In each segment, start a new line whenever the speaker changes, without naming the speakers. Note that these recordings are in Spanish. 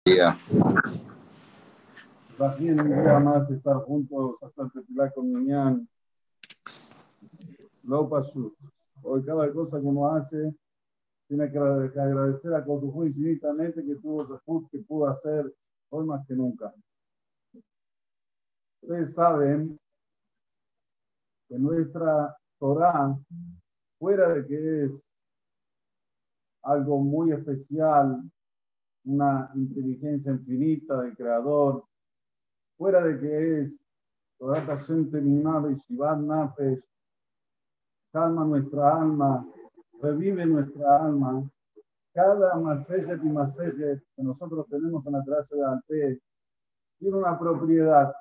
Día.
Recién un día más estar juntos, hacer tefilá con Minyan, lo pashut. Hoy cada cosa que uno hace tiene que agradecer a Kotujú infinitamente que tuvo ese put que pudo hacer hoy más que nunca. Ustedes saben que nuestra Torah, fuera de que es algo muy especial, una inteligencia infinita del Creador, fuera de que es Torah Hashem Temimah Shivat Nafesh, calma nuestra alma, revive nuestra alma. Cada masejet y masejet que nosotros tenemos en la clase de Alpe tiene una propiedad.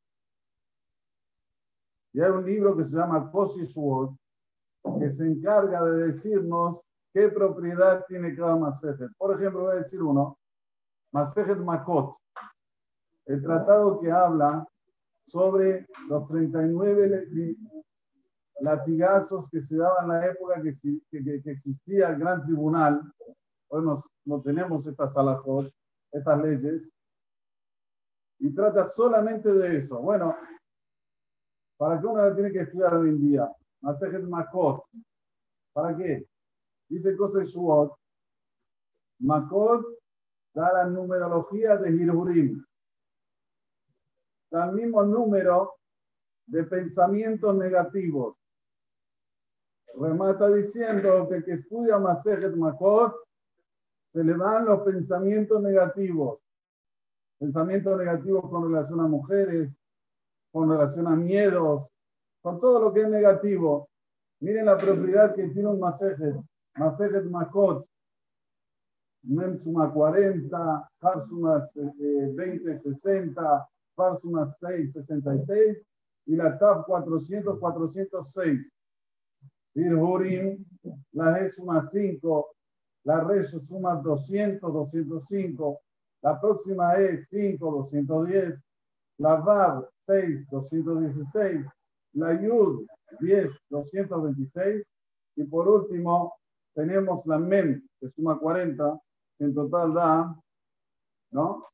Y hay un libro que se llama Kosi Shuot, que se encarga de decirnos qué propiedad tiene cada masejet. Por ejemplo, voy a decir uno, Masejet Makot, el tratado que habla sobre los 39 latigazos que se daban en la época que existía el gran tribunal. Hoy no tenemos estas halajot, estas leyes, y trata solamente de eso. Bueno, ¿para qué uno la tiene que estudiar hoy en día? Masejet Makot. ¿Para qué? Dice Kosei Shuot, Makot da la numerología de Hirhurim. Da el mismo número de pensamientos negativos. Remata diciendo que el que estudia Masejet Makot se le van los pensamientos negativos. Pensamientos negativos con relación a mujeres, con relación a miedos, con todo lo que es negativo. Miren la propiedad que tiene un Masejet Makot. Mem suma 40, Far suma 20, 60, Far suma 6, 66 y la Tav 400, 406. Hirhurim, la He suma 5, la Resh suma 200, 205, la próxima es 5, 210, la Vav 6, 216, la Yud 10, 226 y por último tenemos la Mem que suma 40, que en total da, ¿no?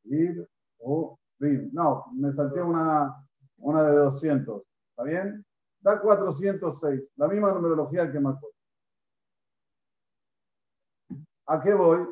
No, me salté una de 200, ¿está bien? Da 406, la misma numerología que Makot. ¿A qué voy?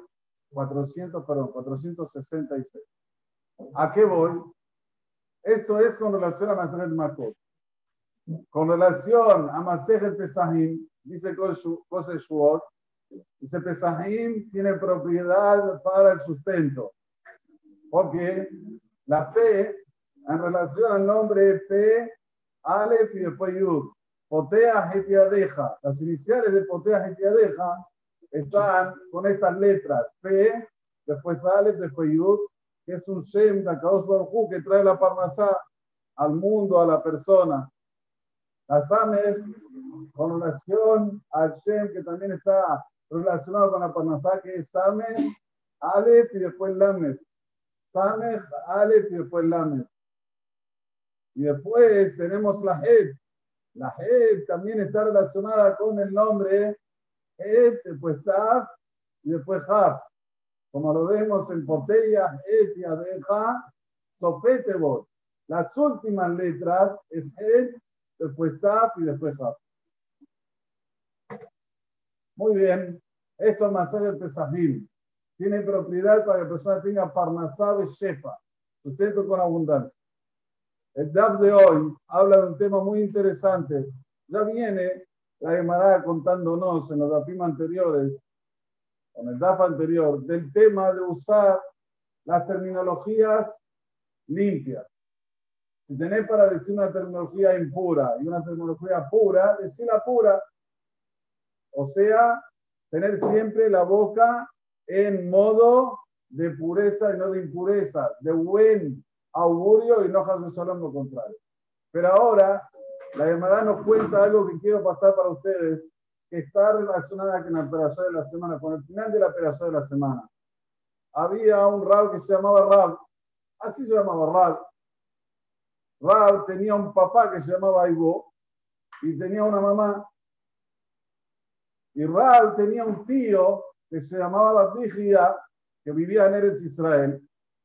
466. ¿A qué voy? Esto es con relación a Masejet Makot. Con relación a Masejet Pesahim, dice Kosei Shuot, dice Pesahim tiene propiedad para el sustento. Porque la P, en relación al nombre P, Aleph y después Yud, Potea Hetiadeja, las iniciales de Potea Hetiadeja están con estas letras, P, después Aleph, después Yud, que es un Shem de Akadosh Baruj Hu que trae la Parnasá al mundo, a la persona. La Samer, con relación al Shem que también está relacionado con la Parnasá, que es Samer, Aleph y después Lamed. Samer, Aleph y después Lamed. Y después tenemos la Het. La Het también está relacionada con el nombre Het, después Tav y después Jaf. Como lo vemos en Poteya, Het y Adeja, Sofetebot. Las últimas letras es Het, después Tav y después Jaf. Muy bien. Esto es Masejet Pesahim. Tiene propiedad para que la persona tenga Parnasá y Shefa, sustento con abundancia. El DAF de hoy habla de un tema muy interesante. Ya viene la Gemara contándonos en los DAFim anteriores, en el DAF anterior, del tema de usar las terminologías limpias. Si tenés para decir una terminología impura y una terminología pura, decirla pura. O sea, tener siempre la boca en modo de pureza y no de impureza, de buen augurio y no Hasbesolón lo contrario. Pero ahora, la Gemara nos cuenta algo que quiero pasar para ustedes, que está relacionada con la perashá de la semana, con el final de la perashá de la semana. Había un Rab que se llamaba Rab, así se llamaba Rab. Rab tenía un papá que se llamaba Ibo y tenía una mamá. Y Rab tenía un tío que se llamaba Batbijía, que vivía en Eretz Israel.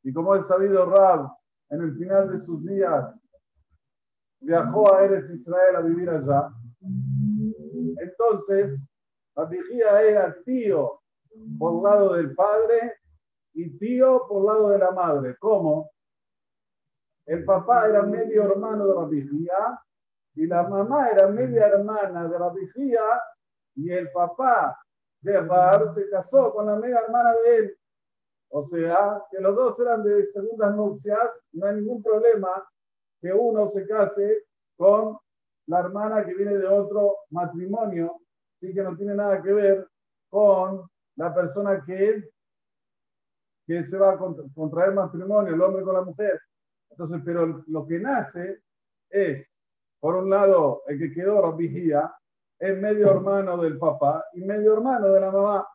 Y como es sabido, Rab, en el final de sus días, viajó a Eretz Israel a vivir allá. Entonces, Rabbi Hía era tío por lado del padre y tío por lado de la madre. ¿Cómo? El papá era medio hermano de Rabbi Hía y la mamá era media hermana de Rabbi Hía y el papá de Rab se casó con la media hermana de él. O sea, que los dos eran de segundas nupcias, no hay ningún problema que uno se case con la hermana que viene de otro matrimonio, sí que no tiene nada que ver con la persona que se va a contraer matrimonio, el hombre con la mujer. Entonces, pero lo que nace es, por un lado, el que quedó Rabbi Hía, es medio hermano del papá y medio hermano de la mamá.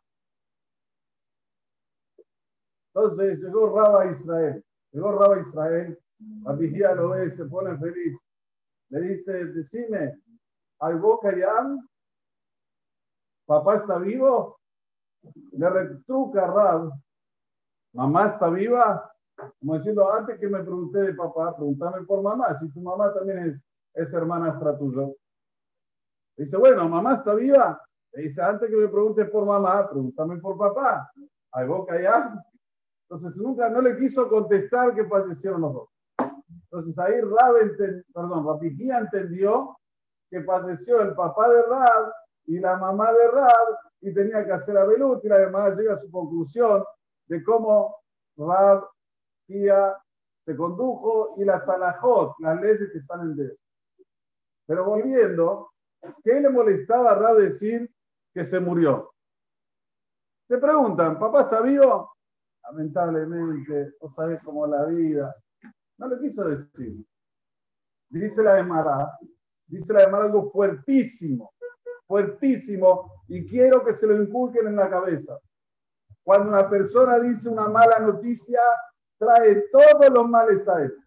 Entonces llegó Rabba Israel. Rabbi Hía lo ve, se pone feliz. Le dice, decime, ¿hay boca ya? ¿Papá está vivo? Le retruca Rab, ¿mamá está viva? Como diciendo, antes que me pregunté de papá, pregúntame por mamá, si tu mamá también es hermanastra tuyo. Dice, bueno, ¿mamá está viva? Le dice, antes que me preguntes por mamá, pregúntame por papá. ¿Hay boca ya? Entonces nunca no le quiso contestar que fallecieron los dos. Entonces ahí Rabbi Hía entendió que falleció el papá de Rab y la mamá de Rab y tenía que hacer Abelut y la hermana llega a su conclusión de cómo Rab Hía se condujo y las alajot, las leyes que salen de él. Pero volviendo, ¿qué le molestaba a Rab decir que se murió? Te preguntan, ¿papá está vivo? Lamentablemente, vos sabés cómo es la vida. No le quiso decir. Dice la Gemara algo fuertísimo, y quiero que se lo inculquen en la cabeza. Cuando una persona dice una mala noticia, trae todos los males a él.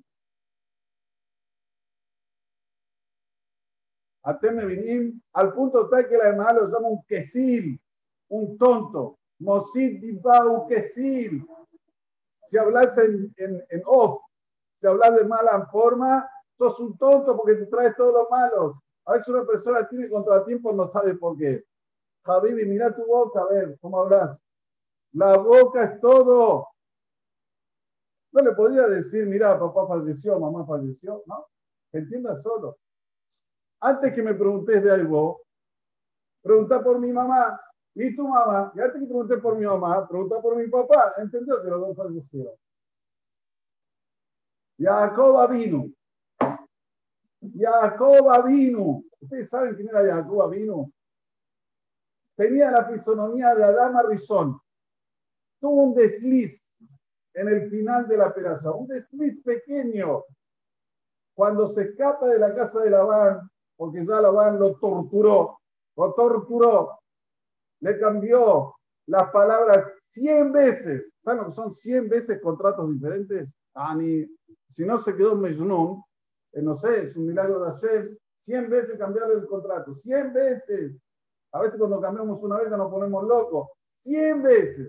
Ateme vinim, al punto tal que la Gemara lo llama un quesil, un tonto. Mosid dibau quesil. Si hablas en off, si hablas de mala forma, sos un tonto porque te traes todos los malos. A veces una persona tiene contratiempos, no sabe por qué. Habibi, mira tu boca, a ver, ¿cómo hablas? La boca es todo. No le podía decir, mira, papá falleció, mamá falleció, ¿no? Que entienda solo. Antes que me preguntes de algo, pregunta por mi mamá y tu mamá. Y antes que pregunté por mi mamá, pregunta por mi papá. Entendió que los dos fallecieron. Jacob vino. ¿Ustedes saben quién era Jacob vino? Tenía la fisonomía de Adama Rizón. Tuvo un desliz en el final de la peraza, un desliz pequeño. Cuando se escapa de la casa de Labán, porque ya Labán lo torturó, le cambió las palabras 100 veces. ¿Saben lo que son 100 veces contratos diferentes? Si no se quedó Mejnun, no sé, es un milagro de Hashem, 100 veces cambiarle el contrato, 100 veces. A veces cuando cambiamos una vez ya nos ponemos locos. 100 veces.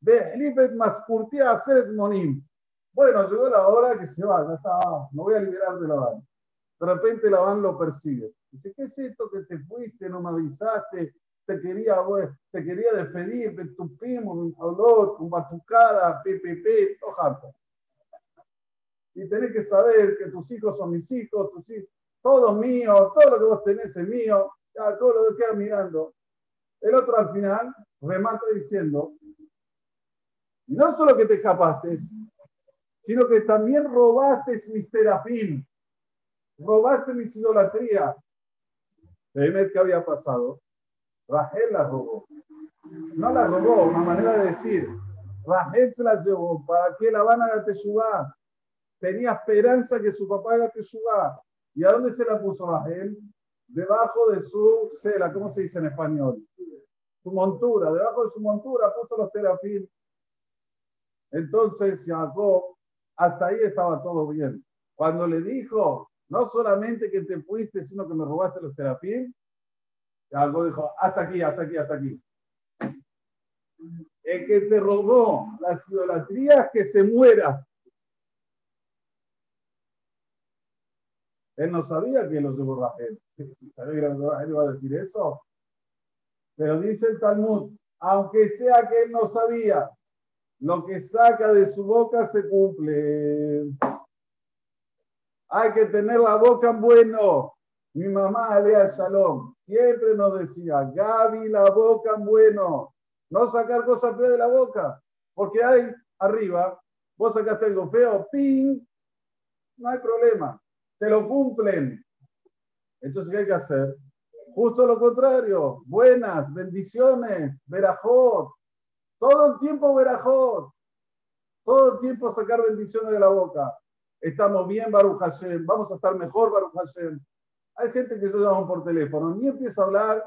Bueno, llegó la hora que se va, ya está, no voy a liberar de Labán. De repente Labán lo persigue. Dice, ¿qué es esto que te fuiste, no me avisaste? Te quería despedir, de tu primo, habló, con batucada, harto. Y tenés que saber que tus hijos son mis hijos, todos míos, todo lo que vos tenés es mío, ya todo lo que queda mirando. El otro al final remata diciendo, no solo que te escapaste, sino que también robaste mis terafim, robaste mis idolatrías. ¿Qué había pasado? Rahel la robó. No la robó, una manera de decir. Rahel se la llevó para que la van a la Teshuvá. Tenía esperanza que su papá haga Teshuvá. ¿Y a dónde se la puso Rahel? Debajo de su cela, ¿cómo se dice en español? Su montura, debajo de su montura puso los terafim. Entonces Jacob, hasta ahí estaba todo bien. Cuando le dijo, no solamente que te fuiste, sino que me robaste los terafim, Jacob dijo, hasta aquí. El que te robó las idolatrías, que se muera. Él no sabía que los llevó Rahel. Si sabía que Rahel iba a decir eso. Pero dice el Talmud, aunque sea que él no sabía, lo que saca de su boca se cumple. Hay que tener la boca en bueno. Mi mamá, Alea Shalom, siempre nos decía, Gaby, la boca en bueno. No sacar cosas feas de la boca. Porque hay arriba, vos sacaste algo feo, ¡ping! No hay problema. Te lo cumplen. Entonces, ¿qué hay que hacer? Justo lo contrario. Buenas, bendiciones, verajot. Todo el tiempo verajot. Todo el tiempo sacar bendiciones de la boca. Estamos bien, Baruch Hashem. Vamos a estar mejor, Baruch Hashem. Hay gente que yo llamo por teléfono. Ni empieza a hablar.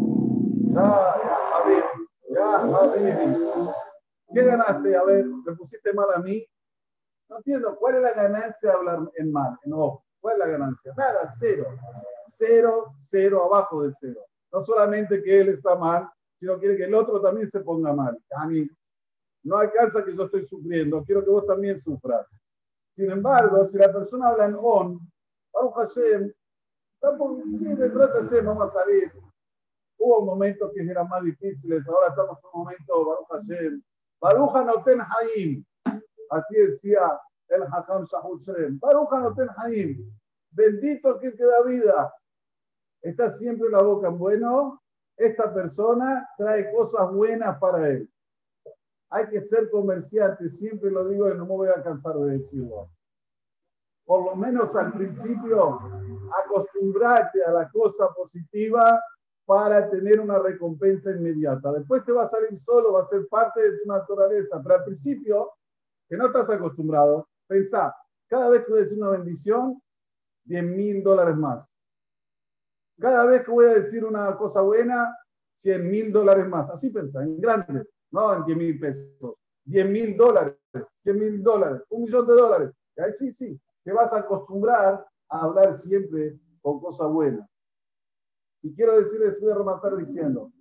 Ya, Habibi. ¿Qué ganaste? A ver, ¿me pusiste mal a mí? No entiendo. ¿Cuál es la ganancia de hablar en mal, en off? ¿Cuál es la ganancia? Nada, cero. Cero, cero, abajo de cero. No solamente que él está mal, sino quiere que el otro también se ponga mal. A mí no alcanza que yo estoy sufriendo, quiero que vos también sufras. Sin embargo, si la persona habla en on, Baruch Hashem, sí, detrás de Hashem vamos a salir. Hubo momentos que eran más difíciles, ahora estamos en un momento, Baruch Hashem. Baruch Anoten Haim. Así decía el Hakam Shahul Shrem. Baruch Anoten Haim. Bendito aquel que da vida. Está siempre la boca en bueno. Esta persona trae cosas buenas para él. Hay que ser comerciante, siempre lo digo y no me voy a cansar de decirlo. Por lo menos al principio, acostumbrarte a la cosa positiva para tener una recompensa inmediata. Después te va a salir solo, va a ser parte de tu naturaleza. Pero al principio, que no estás acostumbrado, pensá, cada vez que voy a decir una bendición, $10,000 más. Cada vez que voy a decir una cosa buena, $100,000 más. Así pensá, en grande, no en 10,000 pesos. $10,000, $100,000, $1,000,000. Y ahí sí, te vas a acostumbrar a hablar siempre con cosas buenas. Y quiero decirles, voy a rematar diciendo,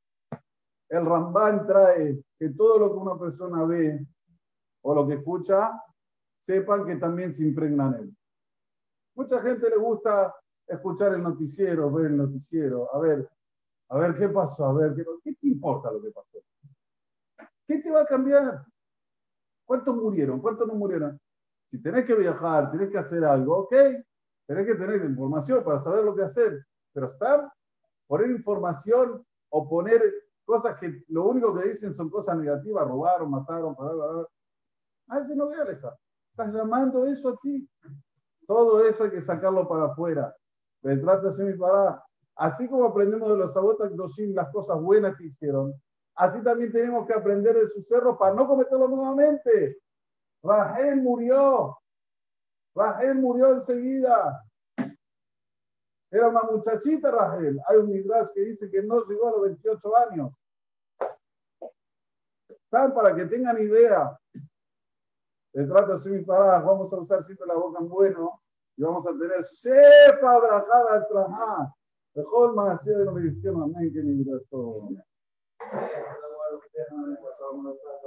el Rambán trae que todo lo que una persona ve o lo que escucha, sepan que también se impregnan en él. Mucha gente le gusta escuchar el noticiero, ver el noticiero, a ver qué pasó, a ver qué te importa lo que pasó. ¿Qué te va a cambiar? ¿Cuántos murieron? ¿Cuántos no murieron? Si tenés que viajar, tenés que hacer algo, ok, tenés que tener información para saber lo que hacer, pero poner información o poner cosas que lo único que dicen son cosas negativas, robaron, mataron, a ese no voy a alejar. Estás llamando eso a ti. Todo eso hay que sacarlo para afuera. Así como aprendemos de los Avot HaKadoshim las cosas buenas que hicieron, así también tenemos que aprender de sus errores para no cometerlo nuevamente. Rahel murió enseguida. Era una muchachita Rahel. Hay un midrash que dice que no llegó a los 28 años. ¿Saben? Para que tengan idea. Vamos a usar siempre la boca en bueno y vamos a tener Shefa Brajada Trajá. Mejor más de lo que hicieron. Amén. Que ni todo.